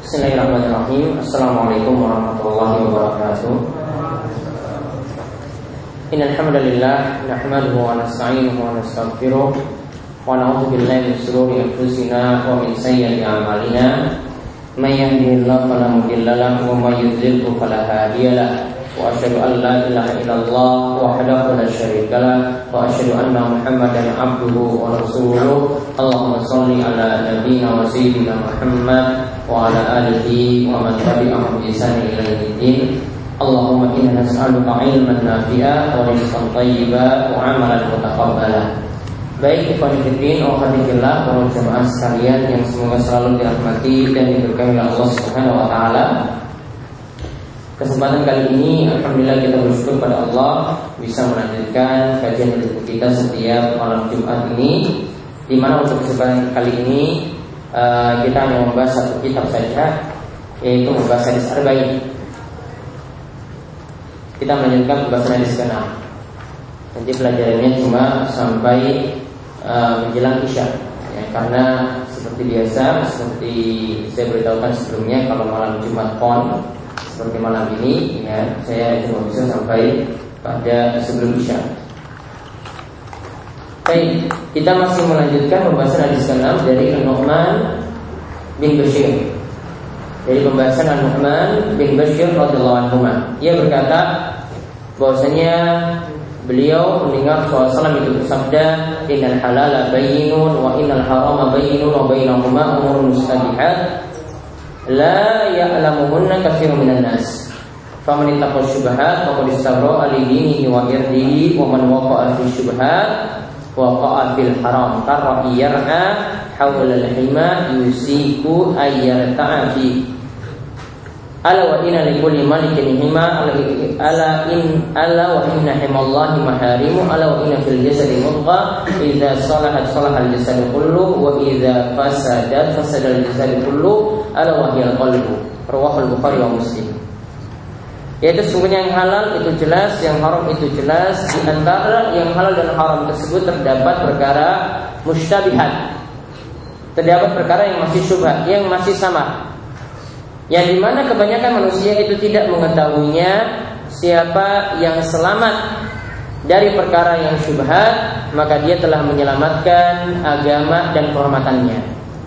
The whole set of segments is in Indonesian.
Bismillahirrahmanirrahim. Assalamualaikum warahmatullahi wabarakatuh. Innal hamdalillah nahmaduhu wa nasta'inuhu wa nastaghfiruh wa na'udzu billahi min shururi anfusina wa min sayyiati a'malina. May yahdihillahu fala mudilla lahu wa may yudlil fala hadiya lahu. Wa asyhadu an la ilaha illallah wahdahu la syarika lahu wa asyhadu anna Muhammadan abduhu wa rasuluh. Allahumma shalli ala nabiyyina wa sayyidina Muhammad wa ala alihi wa man tabi'ahum bi ihsan ila yaumil. Allahumma inna nas'aluka ilman nafi'a wa rizqan thayyiban wa 'amalan mutaqabbala. Baik ikhwan fillah wa akhwat para jemaah sekalian yang semoga selalu dirahmati dan diberkahi oleh Allah Subhanahu wa taala. Kesempatan kali ini alhamdulillah kita bersyukur pada Allah bisa melanjutkan kajian buku kita setiap malam Jumat ini, di mana untuk kesempatan kali ini kita hanya membahas satu kitab saja, yaitu membahas hadis arba'in. Kita melanjutkan pembahasan hadis ke-6. Nanti pelajarannya cuma sampai menjelang Isya ya, karena seperti biasa, seperti saya beritahukan sebelumnya, kalau malam Jumat pon seperti malam ini ya, saya cuma bisa sampai pada sebelum Isya. Baik, kita masih melanjutkan pembahasan hadis ke-6 dari An-Nu'man bin Bashir. Dari pembahasan An-Nu'man bin Bashir radhiyallahu anhu. Ia berkata bahwasanya beliau mendengar Rasulullah itu bersabda, "Innal halala bayyinun wa innal harama bayyinun wa bainahuma umurun mustabihat la ya'lamuhunna katsirun minan nas. Faman ittaqa syubhat faqad istabra li dinihi wa irdihi wa man waqa'a fi syubhat waqa'a fil haram karra yar'a hawla al-hima yusiku ayyarta'a fi. Ala wa inna likulli malikin hima ala wa inna himallahi maharimu ala wa inna fil jasadi mudghah idza salahat salahal jasadu kullu wa idza fasadat fasadal jasadu kullu ala wa hiyal qalbu." Rawahul Bukhari wa Muslim. Yaitu sesungguhnya yang halal itu jelas, yang haram itu jelas. Di antara yang halal dan haram tersebut terdapat perkara mustabihat, terdapat perkara yang masih syubhat, yang masih samar, yang dimana kebanyakan manusia itu tidak mengetahuinya. Siapa yang selamat dari perkara yang syubhat, maka dia telah menyelamatkan agama dan kehormatannya.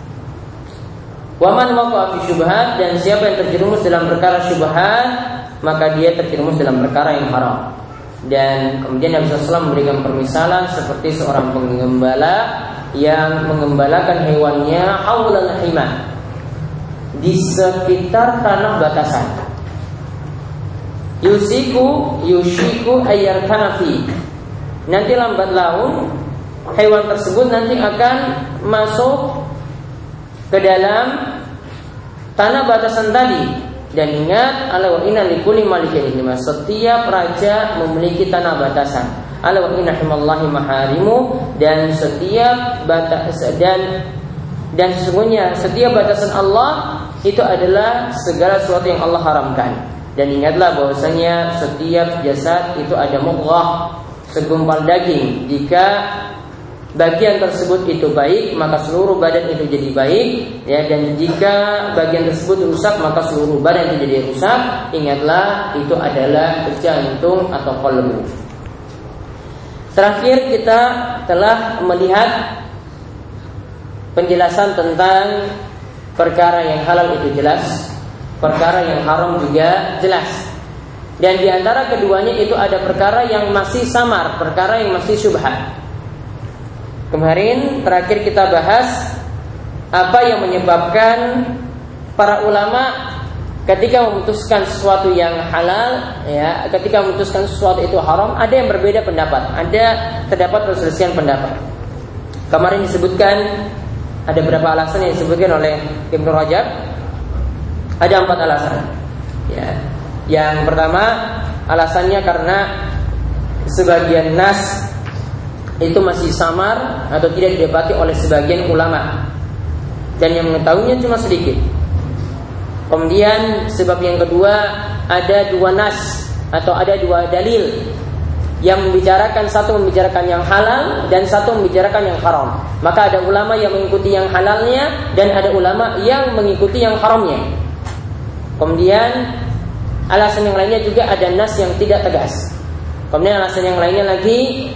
Waman waqa'a fi syubhat, dan siapa yang terjerumus dalam perkara syubhat, maka dia terjerumus dalam perkara yang haram. Dan kemudian Nabi SAW memberikan permisalan seperti seorang penggembala yang mengembalakan hewannya haulal hima, di sekitar tanah batasan. Yushiku ayyartanafi, nanti lambat laun hewan tersebut nanti akan masuk ke dalam tanah batasan tadi. Dan ingat, ala wa inna likulli malikin hima, setiap raja memiliki tanah batasan. Ala wa inna himallahi maharimu, dan setiap dan sesungguhnya setiap batasan Allah itu adalah segala sesuatu yang Allah haramkan. Dan ingatlah bahwasanya setiap jasad itu ada mudghah, segumpal daging. Jika bagian tersebut itu baik, maka seluruh badan itu jadi baik ya, dan jika bagian tersebut rusak, maka seluruh badan itu jadi rusak. Ingatlah, itu adalah jantung atau qalbu. Terakhir kita telah melihat penjelasan tentang perkara yang halal itu jelas, perkara yang haram juga jelas. Dan di antara keduanya itu ada perkara yang masih samar, perkara yang masih syubhat. Kemarin terakhir kita bahas apa yang menyebabkan para ulama ketika memutuskan sesuatu yang halal ya, ketika memutuskan sesuatu itu haram, ada yang berbeda pendapat, terdapat perselisihan pendapat. Kemarin disebutkan ada beberapa alasan yang disebutkan oleh Ibnu Rajab. Ada 4 alasan ya. Yang pertama, alasannya karena sebagian nas itu masih samar atau tidak didapati oleh sebagian ulama, dan yang mengetahuinya cuma sedikit. Kemudian sebab yang kedua, ada 2 nas atau ada 2 dalil yang membicarakan, satu membicarakan yang halal dan satu membicarakan yang haram. Maka ada ulama yang mengikuti yang halalnya dan ada ulama yang mengikuti yang haramnya. Kemudian alasan yang lainnya juga ada nas yang tidak tegas. Kemudian alasan yang lainnya lagi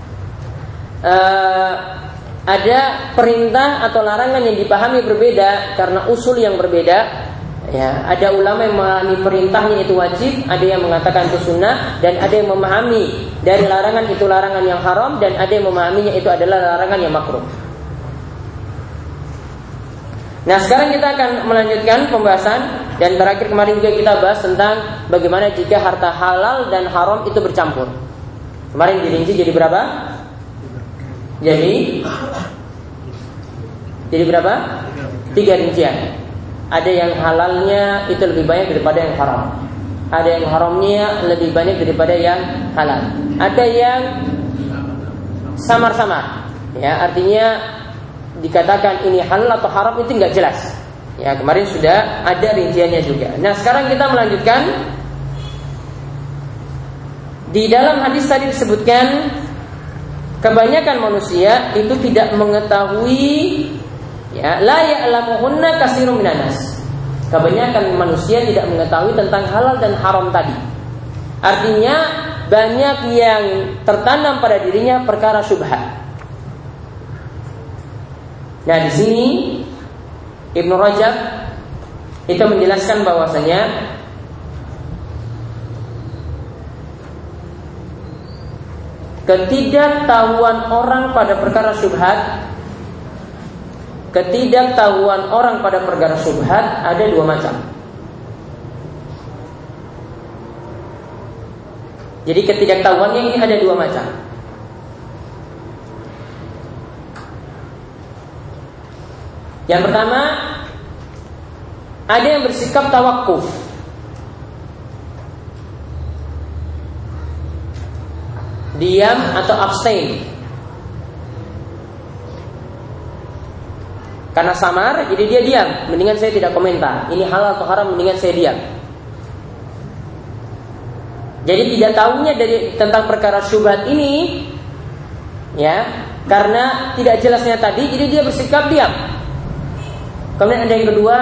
ada perintah atau larangan yang dipahami berbeda karena usul yang berbeda. Ya, ada ulama yang memahami perintahnya itu wajib, ada yang mengatakan itu sunnah, dan ada yang memahami dari larangan itu larangan yang haram, dan ada yang memahaminya itu adalah larangan yang makruh. Nah, sekarang kita akan melanjutkan pembahasan, dan terakhir kemarin juga kita bahas tentang bagaimana jika harta halal dan haram itu bercampur. Kemarin dirinci jadi berapa? Jadi berapa? 3 rincian. Ada yang halalnya itu lebih banyak daripada yang haram. Ada yang haramnya lebih banyak daripada yang halal. Ada yang samar-samar. Ya, artinya dikatakan ini halal atau haram itu nggak jelas. Ya, kemarin sudah ada rinciannya juga. Nah, sekarang kita melanjutkan. Di dalam hadis tadi disebutkan kebanyakan manusia itu tidak mengetahui, ya, la ya'lamuhunna katsirun minan nas. Kebanyakan manusia tidak mengetahui tentang halal dan haram tadi. Artinya banyak yang tertanam pada dirinya perkara syubhat. Nah, di sini Ibnu Rajab itu menjelaskan bahwasanya ketidaktahuan orang pada perkara syubhat, ketidaktahuan orang pada perkara syubhat ada 2 macam. Jadi ketidaktahuannya ini ada 2 macam. Yang pertama, ada yang bersikap tawakuf. Diam atau abstain. Karena samar, jadi dia diam. Mendingan saya tidak komentar. Ini halal atau haram, mendingan saya diam. Jadi tidak tahunya dari tentang perkara syubhat ini, ya, karena tidak jelasnya tadi, jadi dia bersikap diam. Kemudian ada yang kedua,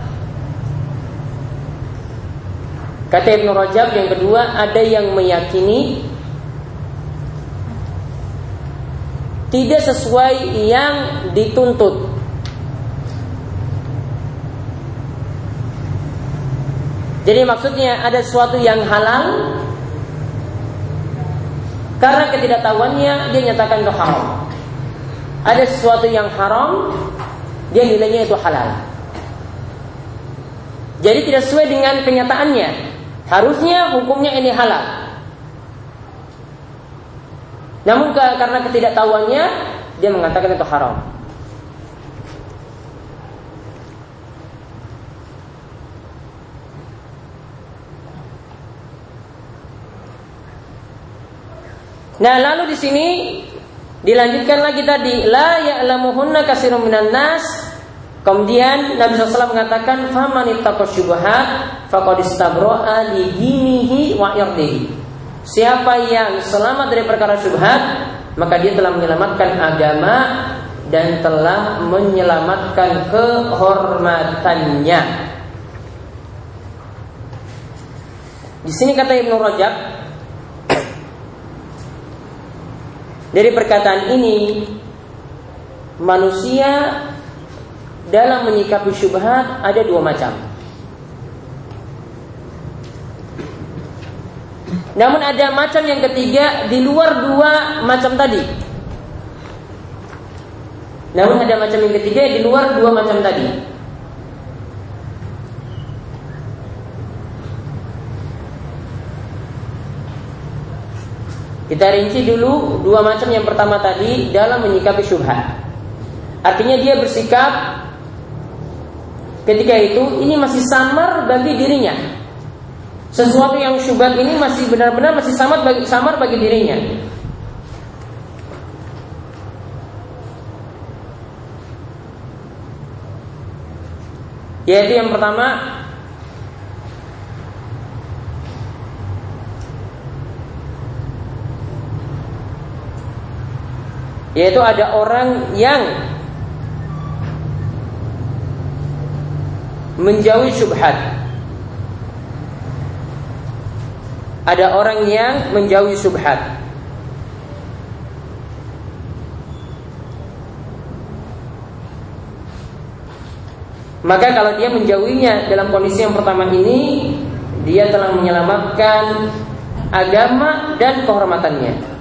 kata Ibnu Rajab, yang kedua ada yang meyakini tidak sesuai yang dituntut. Jadi maksudnya ada sesuatu yang halal, karena ketidaktahuannya dia nyatakan itu haram. Ada sesuatu yang haram, dia nilainya itu halal. Jadi tidak sesuai dengan kenyataannya. Harusnya hukumnya ini halal. Namun karena ketidaktahuannya, dia mengatakan itu haram. Nah, lalu di sini dilanjutkan lagi tadi, la ya'lamuhunna katsirun minan nas. Kemudian Nabi SAW mengatakan, faman ittaqa syubhat faqad istabra'a li dinihi wa irdihi. Siapa yang selamat dari perkara syubhat, maka dia telah menyelamatkan agama dan telah menyelamatkan kehormatannya. Di sini kata Ibnu Rajab, dari perkataan ini manusia dalam menyikapi syubhat ada 2 macam. Namun ada macam yang ketiga di luar 2 macam tadi. Namun ada macam yang ketiga di luar 2 macam tadi. Kita rinci dulu 2 macam yang pertama tadi dalam menyikapi syubhat. Artinya dia bersikap ketika itu ini masih samar bagi dirinya. Sesuatu yang syubhat ini masih benar-benar masih samar bagi dirinya. Yaitu yang pertama, yaitu ada orang yang menjauhi syubhat. ada orang yang menjauhi syubhat. Maka kalau dia menjauhinya dalam kondisi yang pertama ini, dia telah menyelamatkan agama dan kehormatannya.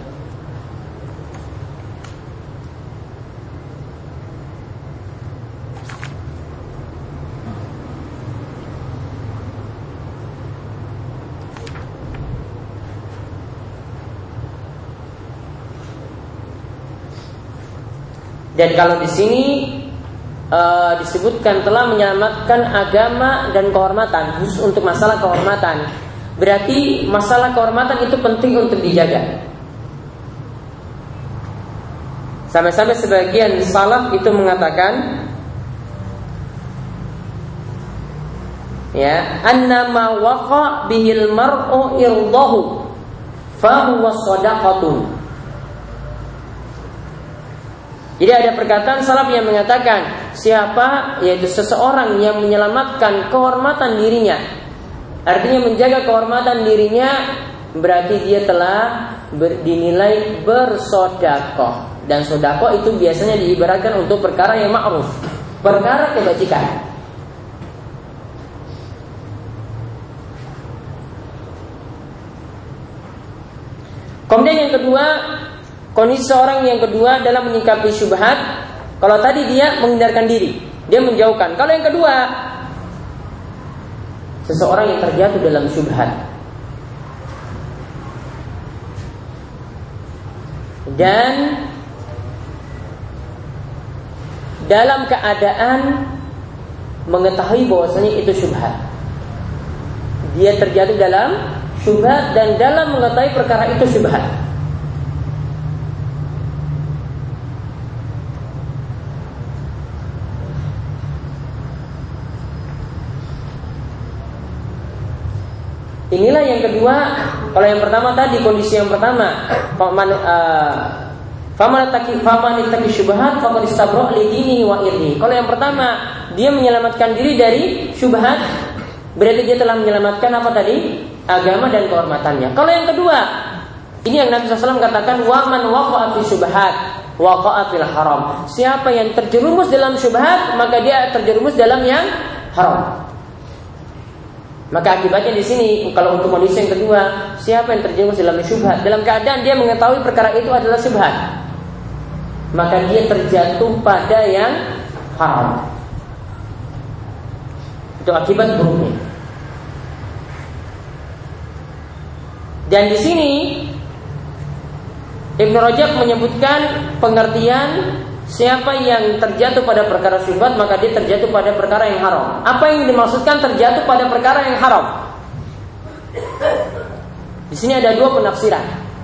Dan kalau di sini disebutkan telah menyelamatkan agama dan kehormatan, khusus untuk masalah kehormatan, berarti masalah kehormatan itu penting untuk dijaga. Sampai-sampai sebagian salaf itu mengatakan, ya, annama waqa bihil mar'u irdahu fa huwa shadaqatun. Jadi ada perkataan salaf yang mengatakan, siapa, yaitu seseorang yang menyelamatkan kehormatan dirinya, artinya menjaga kehormatan dirinya, berarti dia telah dinilai bersodakoh. Dan sodakoh itu biasanya diibaratkan untuk perkara yang ma'ruf, perkara kebajikan. Kemudian yang kedua, kondisi seorang yang kedua dalam menyikapi syubhat. Kalau tadi dia menghindarkan diri, dia menjauhkan. Kalau yang kedua, seseorang yang terjatuh dalam syubhat dan dalam keadaan mengetahui bahwasanya itu syubhat, dia terjatuh dalam syubhat dan dalam mengetahui perkara itu syubhat. Inilah yang kedua. Kalau yang pertama tadi, kondisi yang pertama, faman ittaqi syubhat faqad istabra li dinihi wa irdihi. Kalau yang pertama, dia menyelamatkan diri dari syubhat, berarti dia telah menyelamatkan apa tadi? Agama dan kehormatannya. Kalau yang kedua, ini yang Nabi SAW katakan, wa man waqa'a fi syubhat waqa'a fil haram. Siapa yang terjerumus dalam syubhat, maka dia terjerumus dalam yang haram. Maka akibatnya di sini, kalau untuk kondisi yang kedua, siapa yang terjerumus dalam syubhat dalam keadaan dia mengetahui perkara itu adalah syubhat, maka dia terjatuh pada yang haram. Itu akibat buruknya. Dan di sini Ibnu Rajab menyebutkan pengertian siapa yang terjatuh pada perkara syubhat, maka dia terjatuh pada perkara yang haram. Apa yang dimaksudkan terjatuh pada perkara yang haram? Di sini ada dua penafsiran.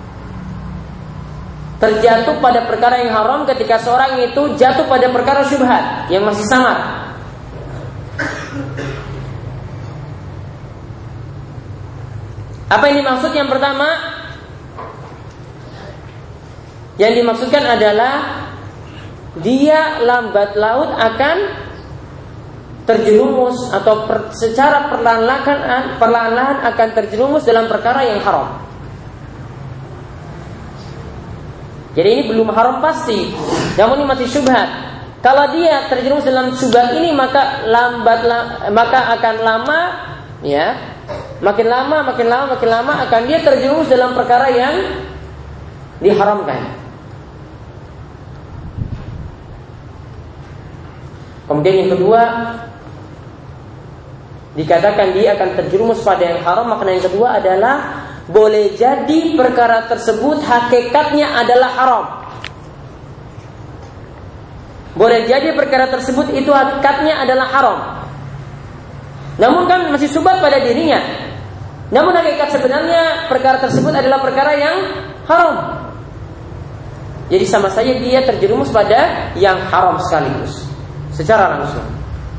Terjatuh pada perkara yang haram ketika seorang itu jatuh pada perkara syubhat yang masih samar. Apa yang dimaksud? Yang pertama, yang dimaksudkan adalah dia lambat laut akan terjerumus atau secara perlahan-lahan akan terjerumus dalam perkara yang haram. Jadi ini belum haram pasti, namun ini masih syubhat. Kalau dia terjerumus dalam syubhat ini, maka akan lama, ya, makin lama akan dia terjerumus dalam perkara yang diharamkan. Kemudian yang kedua, dikatakan dia akan terjerumus pada yang haram. Makna yang kedua adalah boleh jadi perkara tersebut hakikatnya adalah haram. Boleh jadi perkara tersebut itu hakikatnya adalah haram, namun kan masih syubhat pada dirinya. Namun hakikat sebenarnya perkara tersebut adalah perkara yang haram. Jadi sama saja dia terjerumus pada yang haram sekaligus, secara langsung.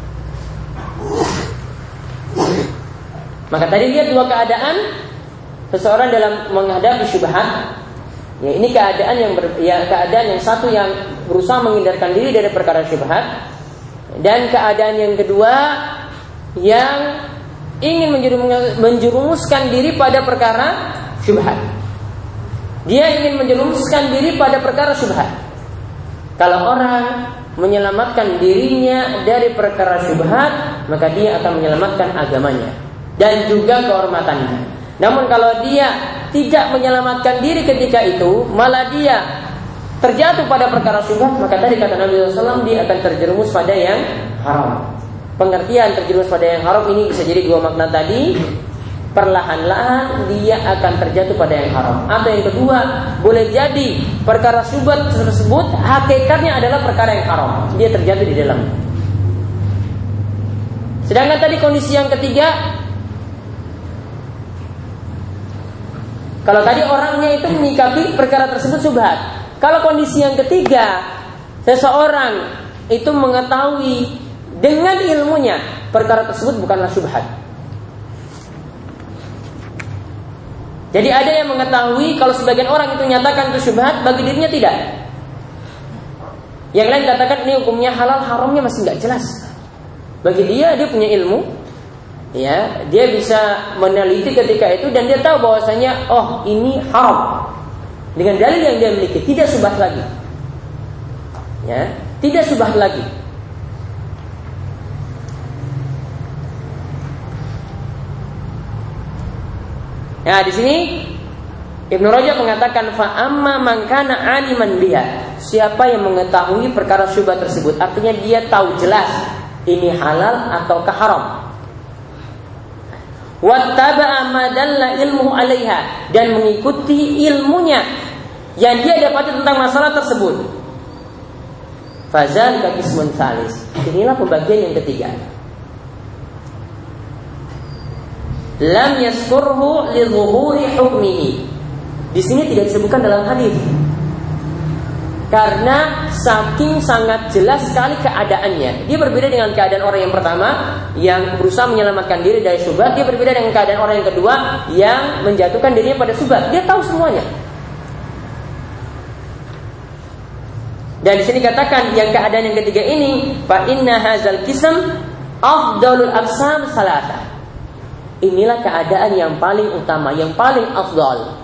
Maka tadi lihat dua keadaan seseorang dalam menghadapi syubhat. Ya, ini keadaan yang satu yang berusaha menghindarkan diri dari perkara syubhat, dan keadaan yang kedua yang ingin menjerumuskan diri pada perkara syubhat. Dia ingin menjerumuskan diri pada perkara syubhat. Kalau orang menyelamatkan dirinya dari perkara syubhat, maka dia akan menyelamatkan agamanya dan juga kehormatannya. Namun kalau dia tidak menyelamatkan diri ketika itu, malah dia terjatuh pada perkara syubhat, maka tadi kata Nabi SAW, dia akan terjerumus pada yang haram. Pengertian terjerumus pada yang haram ini bisa jadi dua makna tadi. Perlahan-lahan dia akan terjatuh pada yang haram. Atau yang kedua, boleh jadi perkara syubhat tersebut hakikatnya adalah perkara yang haram, dia terjatuh di dalam. Sedangkan tadi kondisi yang ketiga, kalau tadi orangnya itu menyikapi perkara tersebut syubhat. Kalau kondisi yang ketiga, seseorang itu mengetahui dengan ilmunya perkara tersebut bukanlah syubhat. Jadi ada yang mengetahui kalau sebagian orang itu nyatakan itu syubhat, bagi dirinya tidak. Yang lain katakan ini hukumnya halal, haramnya masih nggak jelas. Bagi dia punya ilmu, ya, dia bisa meneliti ketika itu dan dia tahu bahwasanya oh ini haram. Dengan dalil yang dia miliki, tidak syubhat lagi. Ya, tidak syubhat lagi. Nah, di sini Ibnu Rajab mengatakan fa amma man kana aliman biha. Siapa yang mengetahui perkara syubhat tersebut, artinya dia tahu jelas ini halal ataukah haram. Wattaba'a ma dalla ilmuhu 'alaiha, dan mengikuti ilmunya yang dia dapati tentang masalah tersebut. Fazalika qismun tsalis. Inilah pembagian yang ketiga. Lam yaskurhu li dhuhuri hukmihi. Di sini tidak disebutkan dalam hadis. Karena saking sangat jelas sekali keadaannya. Dia berbeda dengan keadaan orang yang pertama yang berusaha menyelamatkan diri dari syubhat. Dia berbeda dengan keadaan orang yang kedua yang menjatuhkan dirinya pada syubhat. Dia tahu semuanya. Dan di sini katakan yang keadaan yang ketiga ini, fa inna hadzal qism afdalul aqsam salatah. Inilah keadaan yang paling utama, yang paling afdal.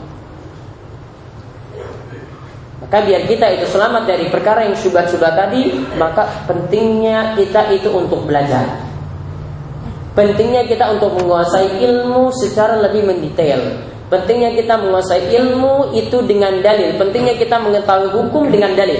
Maka biar kita itu selamat dari perkara yang syubhat-syubhat tadi, maka pentingnya kita itu untuk belajar. Pentingnya kita untuk menguasai ilmu secara lebih mendetail. Pentingnya kita menguasai ilmu itu dengan dalil. Pentingnya kita mengetahui hukum dengan dalil.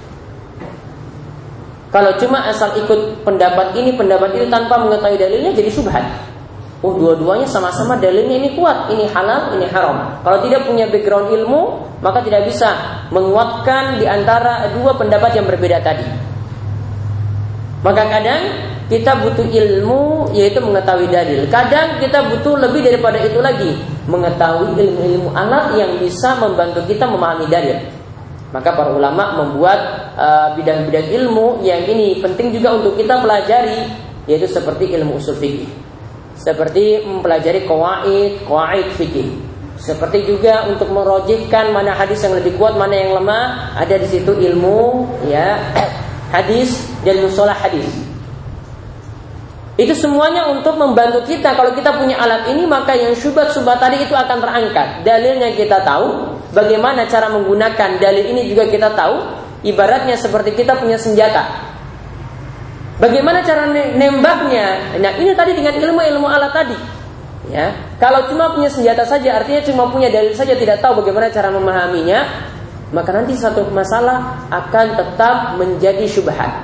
Kalau cuma asal ikut pendapat ini, pendapat itu tanpa mengetahui dalilnya, jadi syubhat. Oh, dua-duanya sama-sama dalilnya ini kuat, ini halal, ini haram. Kalau tidak punya background ilmu, maka tidak bisa menguatkan di antara dua pendapat yang berbeda tadi. Maka kadang kita butuh ilmu, yaitu mengetahui dalil. Kadang kita butuh lebih daripada itu lagi, mengetahui ilmu-ilmu alat yang bisa membantu kita memahami dalil. Maka para ulama membuat bidang-bidang ilmu yang ini penting juga untuk kita pelajari, yaitu seperti ilmu usul fikih. Seperti mempelajari qawaid fikih. Seperti juga untuk merojihkan mana hadis yang lebih kuat, mana yang lemah. Ada di situ ilmu ya hadis dan mustalah hadis. Itu semuanya untuk membantu kita. Kalau kita punya alat ini, maka yang syubhat-syubhat tadi itu akan terangkat. Dalilnya kita tahu, bagaimana cara menggunakan dalil ini juga kita tahu. Ibaratnya seperti kita punya senjata. Bagaimana cara nembaknya? Nah, ini tadi dengan ilmu-ilmu alat tadi. Ya, kalau cuma punya senjata saja, artinya cuma punya dalil saja, tidak tahu bagaimana cara memahaminya, maka nanti satu masalah akan tetap menjadi syubhat.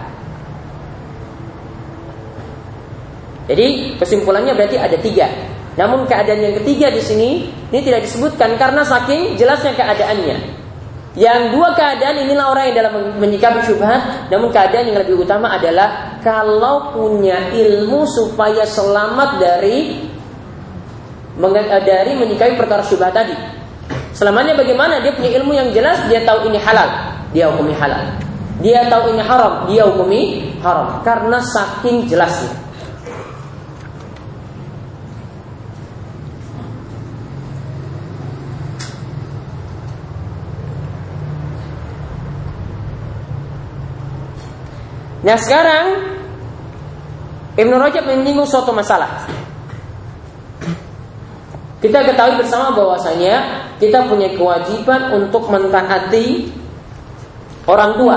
Jadi kesimpulannya berarti ada 3. Namun keadaan yang ketiga di sini ini tidak disebutkan karena saking jelasnya keadaannya. Yang dua keadaan inilah orang yang dalam menyikapi syubhat. Namun keadaan yang lebih utama adalah kalau punya ilmu supaya selamat dari menyikapi perkara syubhat tadi. Selamanya bagaimana? Dia punya ilmu yang jelas, dia tahu ini halal, dia hukumi halal. Dia tahu ini haram, dia hukumi haram. Karena saking jelasnya. Nah sekarang Ibnu Rajab menyinggung suatu masalah. Kita ketahui bersama bahwasanya kita punya kewajiban untuk mentaati orang tua,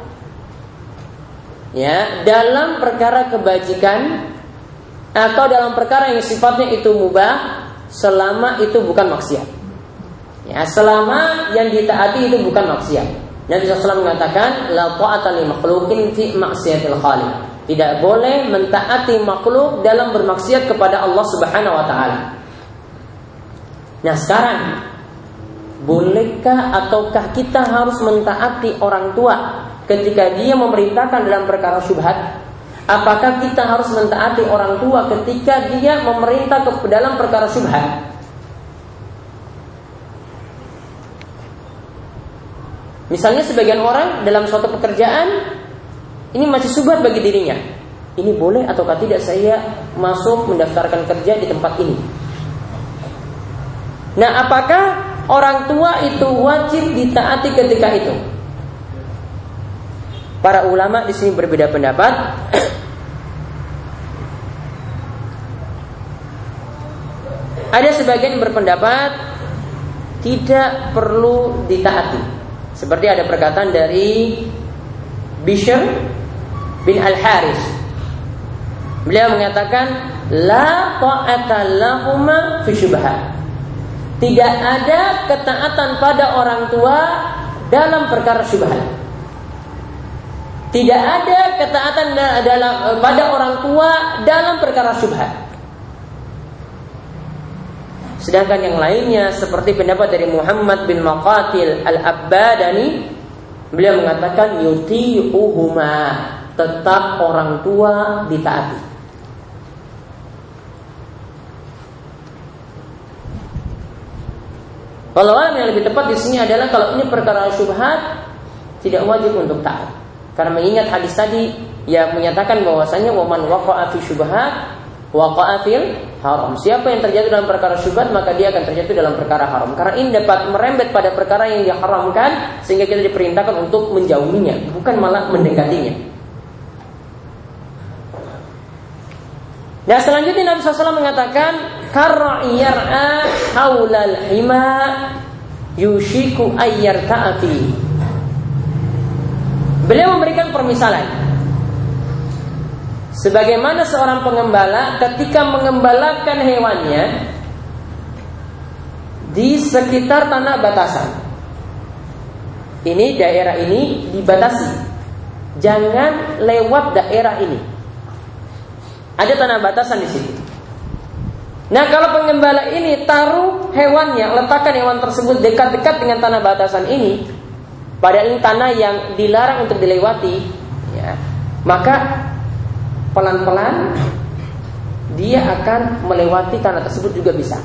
ya, dalam perkara kebajikan atau dalam perkara yang sifatnya itu mubah, selama itu bukan maksiat. Ya, selama yang ditaati itu bukan maksiat. Nabi SAW mengatakan, la ta'ata li makhluqin fi maksiatil khaliq. Tidak boleh mentaati makhluk dalam bermaksiat kepada Allah Subhanahu wa taala. Nah, sekarang bolehkah ataukah kita harus mentaati orang tua ketika dia memerintahkan dalam perkara syubhat? Apakah kita harus mentaati orang tua ketika dia memerintah dalam perkara syubhat? Misalnya sebagian orang dalam suatu pekerjaan ini masih syubhat bagi dirinya. Ini boleh ataukah tidak saya masuk mendaftarkan kerja di tempat ini? Nah, apakah orang tua itu wajib ditaati ketika itu? Para ulama di sini berbeda pendapat. Ada sebagian berpendapat tidak perlu ditaati. Seperti ada perkataan dari Bishr bin Al-Haris. Beliau mengatakan, la ta'ata lahuma fi syubhat. Tidak ada ketaatan pada orang tua dalam perkara syubhat. Tidak ada ketaatan pada orang tua dalam perkara syubhat. Sedangkan yang lainnya seperti pendapat dari Muhammad bin Maqatil Al-Abbadani, beliau mengatakan yuti'uhuma, tetap orang tua ditaati. Kalau yang lebih tepat di sini adalah kalau ini perkara syubhat tidak wajib untuk taat. Karena mengingat hadis tadi yang menyatakan bahwasanya waman waqa'a fi syubhat waqa'a fil haram. Siapa yang terjatuh dalam perkara syubhat maka dia akan terjatuh dalam perkara haram. Karena ini dapat merembet pada perkara yang diharamkan sehingga kita diperintahkan untuk menjauhinya, bukan malah mendekatinya. Nah, selanjutnya Nabi SAW mengatakan karra'i yar'a haulal hima yushiku ayyar ta'ati. Beliau memberikan permisalan sebagaimana seorang pengembala ketika mengembalakan hewannya di sekitar tanah batasan. Ini daerah ini dibatasi, jangan lewat daerah ini. Ada tanah batasan di situ. Nah, kalau pengembala ini taruh hewannya, letakkan hewan tersebut dekat-dekat dengan tanah batasan ini, padahal ini tanah yang dilarang untuk dilewati, ya, maka pelan-pelan dia akan melewati tanah tersebut juga bisa.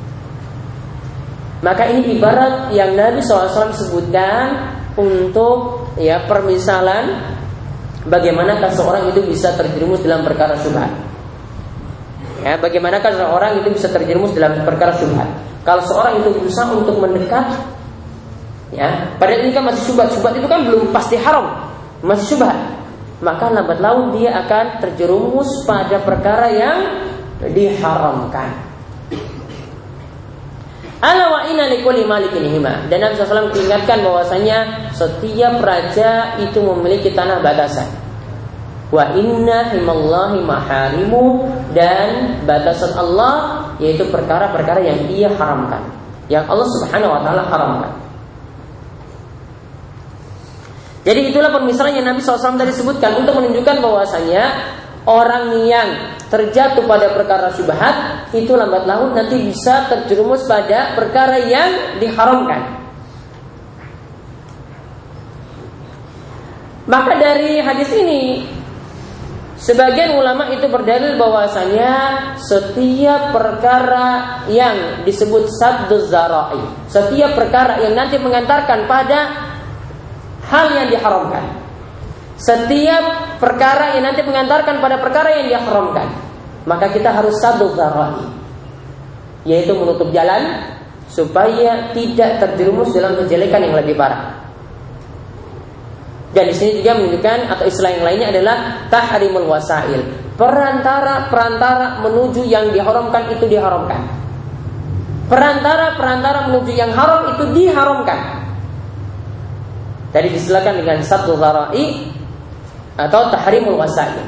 Maka ini ibarat yang Nabi SAW sebutkan untuk permisalan bagaimanakah seorang itu bisa terjerumus dalam perkara syubhat. Ya, bagaimanakah seorang itu bisa terjerumus dalam perkara syubhat. Kalau seorang itu berusaha untuk mendekat, ya, padahal ini kan masih syubhat. Syubhat itu kan belum pasti haram, masih syubhat. Maka lambat laun dia akan terjerumus pada perkara yang diharamkan. Ala wa inna likulli malikin hima. Dan Nabi SAW ingatkan bahwasanya setiap raja itu memiliki tanah batasan. Wa inna himallahi maharimu, dan batasan Allah yaitu perkara-perkara yang Dia haramkan, yang Allah Subhanahu wa taala haramkan. Jadi itulah permisalan yang Nabi SAW tadi sebutkan untuk menunjukkan bahwasanya orang yang terjatuh pada perkara syubhat itu lambat laun nanti bisa terjerumus pada perkara yang diharamkan. Maka dari hadis ini sebagian ulama itu berdalil bahwasanya setiap perkara yang disebut sadduz zara'i, setiap perkara yang nanti mengantarkan pada hal yang diharamkan, setiap perkara yang nanti mengantarkan pada perkara yang diharamkan, maka kita harus sadduz zara'i, yaitu menutup jalan supaya tidak terjerumus dalam kejelekan yang lebih parah. Dan di sini juga menunjukkan atau istilah yang lainnya adalah tahrimul wasail, perantara menuju yang diharamkan itu diharamkan. perantara-perantara menuju yang haram itu diharamkan. Tadi disilakan dengan satu zara'i atau tahrimul wasail.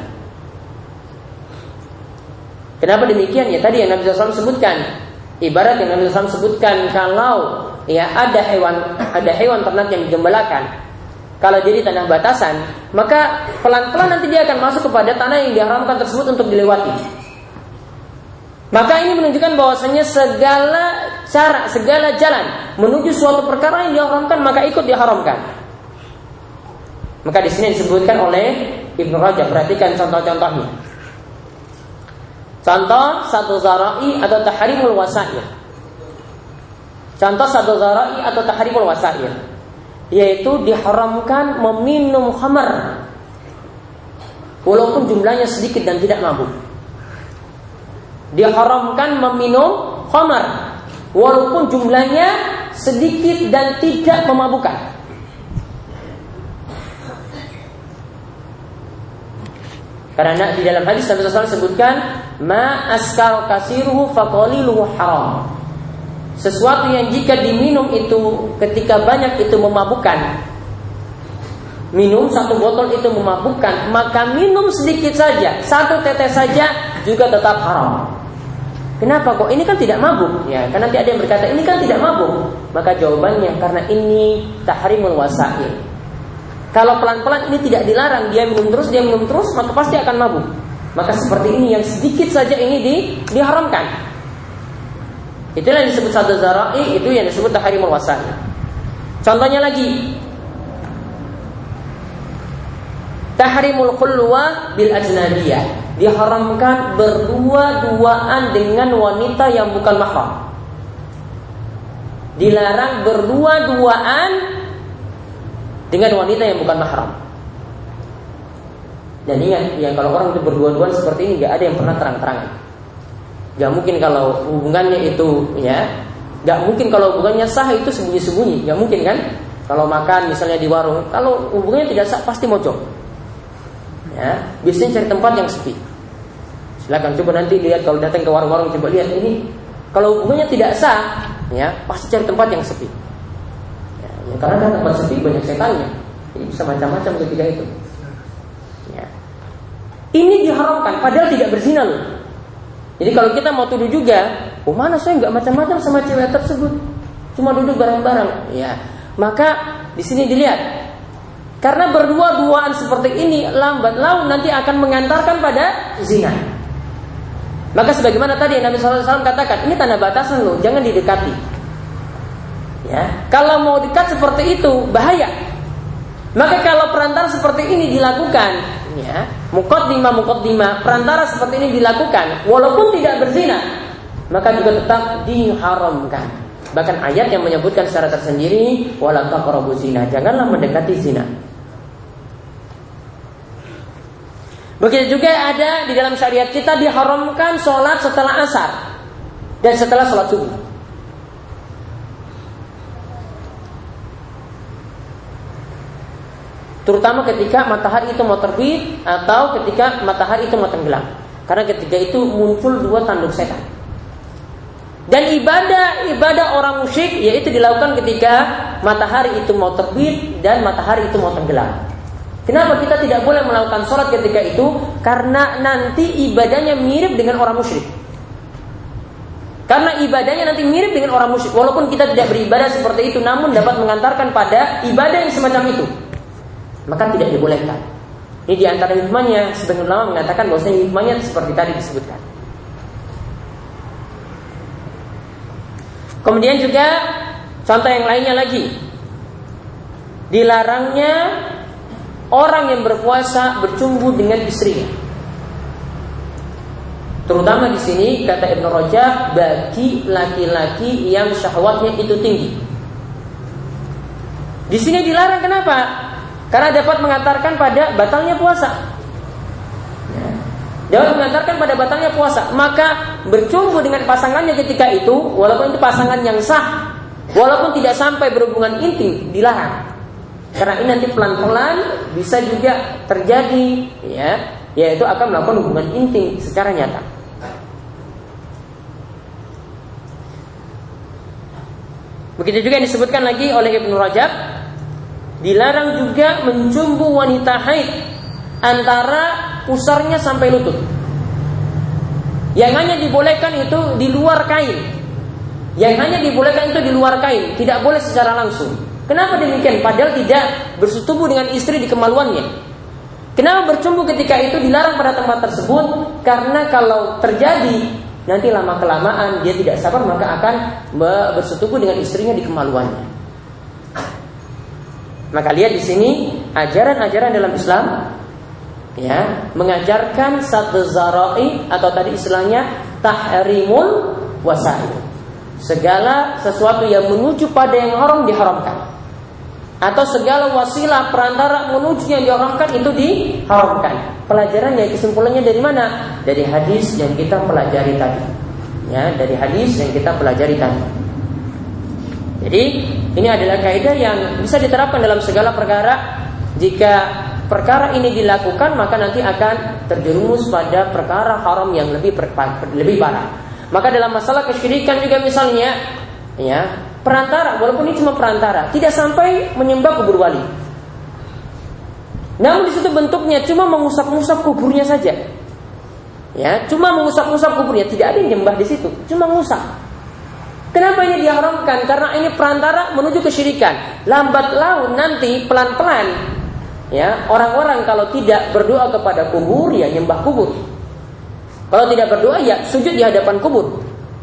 Kenapa demikian? Ya tadi yang Nabi SAW sebutkan, ibarat yang Nabi SAW sebutkan, kalau ya ada hewan ternak yang digembalakan, kalau jadi tanah batasan, maka pelan-pelan nanti dia akan masuk kepada tanah yang diharamkan tersebut untuk dilewati. Maka ini menunjukkan bahwasanya segala cara, segala jalan menuju suatu perkara yang diharamkan maka ikut diharamkan. Maka di sini disebutkan oleh Ibnu Rajab, perhatikan contoh-contohnya. Contoh satu zara'i atau tahrimul wasail. Contoh satu zara'i atau tahrimul wasail, yaitu diharamkan meminum khamar walaupun jumlahnya sedikit dan tidak mabuk. Diharamkan meminum khamar walaupun jumlahnya sedikit dan tidak memabukkan. Karena di dalam hadis Nabi SAW sebutkan, ma askar kasiruhu faqaliluhu haram. Sesuatu yang jika diminum itu ketika banyak itu memabukkan. Minum satu botol itu memabukkan, maka minum sedikit saja, satu tetes saja juga tetap haram. Kenapa kok? Ini kan tidak mabuk. Ya, karena nanti ada yang berkata ini kan tidak mabuk. Maka jawabannya karena ini tahrimul wasail. Kalau pelan-pelan ini tidak dilarang, dia minum terus, maka pasti akan mabuk. Maka seperti ini yang sedikit saja ini diharamkan. Itulah yang disebut satu zara'i, itu yang disebut tahrimul wasail. Contohnya lagi, tahrimul khulwa bil ajnabiyah. Diharamkan berdua-duaan dengan wanita yang bukan mahram. Dilarang berdua-duaan dengan wanita yang bukan mahram. Dan ingat, ya kalau orang itu berdua-duaan seperti ini, gak ada yang pernah terang-terangan. Gak mungkin kalau hubungannya itu, ya, gak mungkin kalau hubungannya sah itu sembunyi-sembunyi. Gak mungkin kan? Kalau makan misalnya di warung, kalau hubungannya tidak sah pasti mojok. Ya, biasanya cari tempat yang sepi. Silakan coba nanti lihat kalau datang ke warung-warung, coba lihat ini. Kalau hubungannya tidak sah, ya pasti cari tempat yang sepi. Ya, karena kan tempat sepi banyak setannya, jadi bisa macam-macam ketika itu. Ya. Ini diharamkan, padahal tidak berzina loh. Jadi kalau kita mau tuduh juga, oh mana saya nggak macam-macam sama cewek tersebut, cuma duduk bareng-bareng. Ya, maka di sini dilihat, karena berdua-duaan seperti ini lambat laun nanti akan mengantarkan pada zina. Maka sebagaimana tadi yang Nabi SAW katakan, ini tanah batasan loh, jangan didekati. Ya, kalau mau dekat seperti itu bahaya. Maka kalau perantara seperti ini dilakukan, ya, muqaddimah, perantara seperti ini dilakukan, walaupun tidak berzina, maka juga tetap diharamkan. Bahkan ayat yang menyebutkan secara tersendiri, wala taqrabuz zina, janganlah mendekati zina. Begitu juga ada di dalam syariat kita diharamkan sholat setelah asar dan setelah sholat subuh. Terutama ketika matahari itu mau terbit atau ketika matahari itu mau tenggelam. Karena ketika itu muncul dua tanduk setan. Dan ibadah orang musyrik yaitu dilakukan ketika matahari itu mau terbit dan matahari itu mau tenggelam. Kenapa kita tidak boleh melakukan sholat ketika itu? Karena nanti ibadahnya mirip dengan orang musyrik. Karena ibadahnya nanti mirip dengan orang musyrik. Walaupun kita tidak beribadah seperti itu, namun dapat mengantarkan pada ibadah yang semacam itu, maka tidak dibolehkan. Ini di antara hikmahnya, sebagian ulama mengatakan bahwasanya hikmahnya seperti tadi disebutkan. Kemudian juga contoh yang lainnya lagi, dilarangnya orang yang berpuasa bercumbu dengan istrinya. Terutama di sini kata Ibnu Rajab, bagi laki-laki yang syahwatnya itu tinggi. Di sini dilarang, kenapa? Karena dapat mengantarkan pada batalnya puasa. Dapat mengantarkan pada batalnya puasa. Maka bercumbu dengan pasangannya ketika itu, walaupun itu pasangan yang sah, walaupun tidak sampai berhubungan intim, dilarang. Karena ini nanti pelan-pelan bisa juga terjadi, ya, yaitu akan melakukan hubungan intim secara nyata. Begitu juga yang disebutkan lagi oleh Ibnu Rajab, dilarang juga mencumbu wanita haid antara pusarnya sampai lutut. Yang hanya dibolehkan itu di luar kain. Yang hanya dibolehkan itu di luar kain, tidak boleh secara langsung. Kenapa demikian? Padahal tidak bersetubuh dengan istri di kemaluannya. Kenapa bercumbu ketika itu dilarang pada tempat tersebut? Karena kalau terjadi nanti lama-kelamaan dia tidak sabar, maka akan bersetubuh dengan istrinya di kemaluannya. Maka lihat di sini ajaran-ajaran dalam Islam, ya, mengajarkan satu zara'i atau tadi istilahnya tahrimul wasail. Segala sesuatu yang menuju pada yang haram diharamkan, atau segala wasilah perantara menuju yang diharamkan itu diharamkan. Pelajarannya, kesimpulannya dari mana? Dari hadis yang kita pelajari tadi. Ya, dari hadis yang kita pelajari tadi. Jadi ini adalah kaidah yang bisa diterapkan dalam segala perkara. Jika perkara ini dilakukan, maka nanti akan terjerumus pada perkara haram yang lebih parah. Maka dalam masalah kesyirikan juga misalnya, ya, perantara, walaupun ini cuma perantara, tidak sampai menyembah kubur wali. Namun di situ bentuknya cuma mengusap-usap kuburnya saja. Ya, cuma mengusap-usap kuburnya, tidak ada yang nyembah di situ, cuma ngusap. Kenapa ini diharamkan? Karena ini perantara menuju kesyirikan. Lambat laun nanti pelan-pelan, ya, orang-orang kalau tidak berdoa kepada kubur, ya nyembah kubur. Kalau tidak berdoa, ya sujud di hadapan kubur.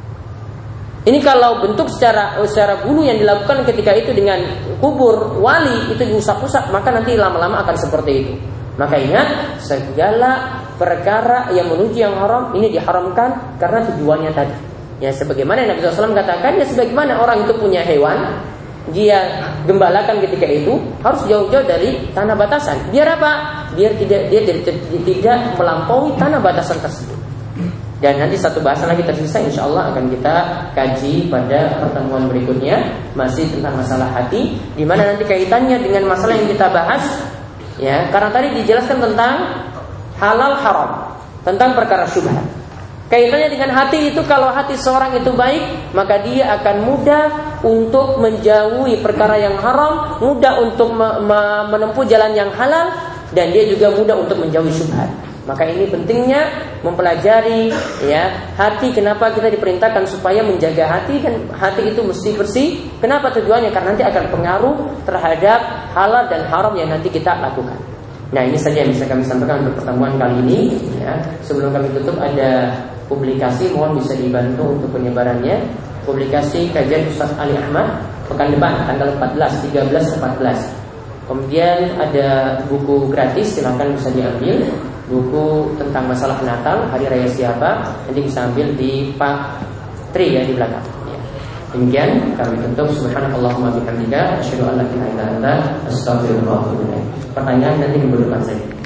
Ini kalau bentuk secara bulu yang dilakukan ketika itu dengan kubur wali itu diusap-usap, maka nanti lama-lama akan seperti itu. Maka ingat, segala perkara yang menuju yang haram ini diharamkan karena tujuannya tadi. Ya, sebagaimana Nabi SAW katakan, ya sebagaimana orang itu punya hewan, dia gembalakan ketika itu harus jauh-jauh dari tanah batasan. Biar apa? Biar tidak melampaui tanah batasan tersebut. Dan nanti satu bahasan lagi tersisa, insya Allah akan kita kaji pada pertemuan berikutnya, masih tentang masalah hati, di mana nanti kaitannya dengan masalah yang kita bahas, ya, karena tadi dijelaskan tentang halal haram, tentang perkara syubhat. Kaitannya dengan hati itu, kalau hati seorang itu baik, maka dia akan mudah untuk menjauhi perkara yang haram, mudah untuk menempuh jalan yang halal, dan dia juga mudah untuk menjauhi syubhat. Maka ini pentingnya mempelajari, ya, hati. Kenapa kita diperintahkan supaya menjaga hati, dan hati itu mesti bersih? Kenapa tujuannya? Karena nanti akan pengaruh terhadap halal dan haram yang nanti kita lakukan. Nah, ini saja yang bisa kami sampaikan untuk pertemuan kali ini, ya. Sebelum kami tutup, ada publikasi, mohon bisa dibantu untuk penyebarannya. Publikasi kajian Ustaz Ali Ahmad pekan depan tanggal 14, 13, 14. Kemudian ada buku gratis, silahkan bisa diambil. Buku tentang masalah Natal, hari raya siapa, nanti bisa ambil di Pak Tri, ya, di belakang, ya. Demikian kami tutup. Subhanakallahumma bihamdika asyhadu an la ilaha illa anta astaghfiruka wa atubu ilaik. Pertanyaan nanti minggu depan saja.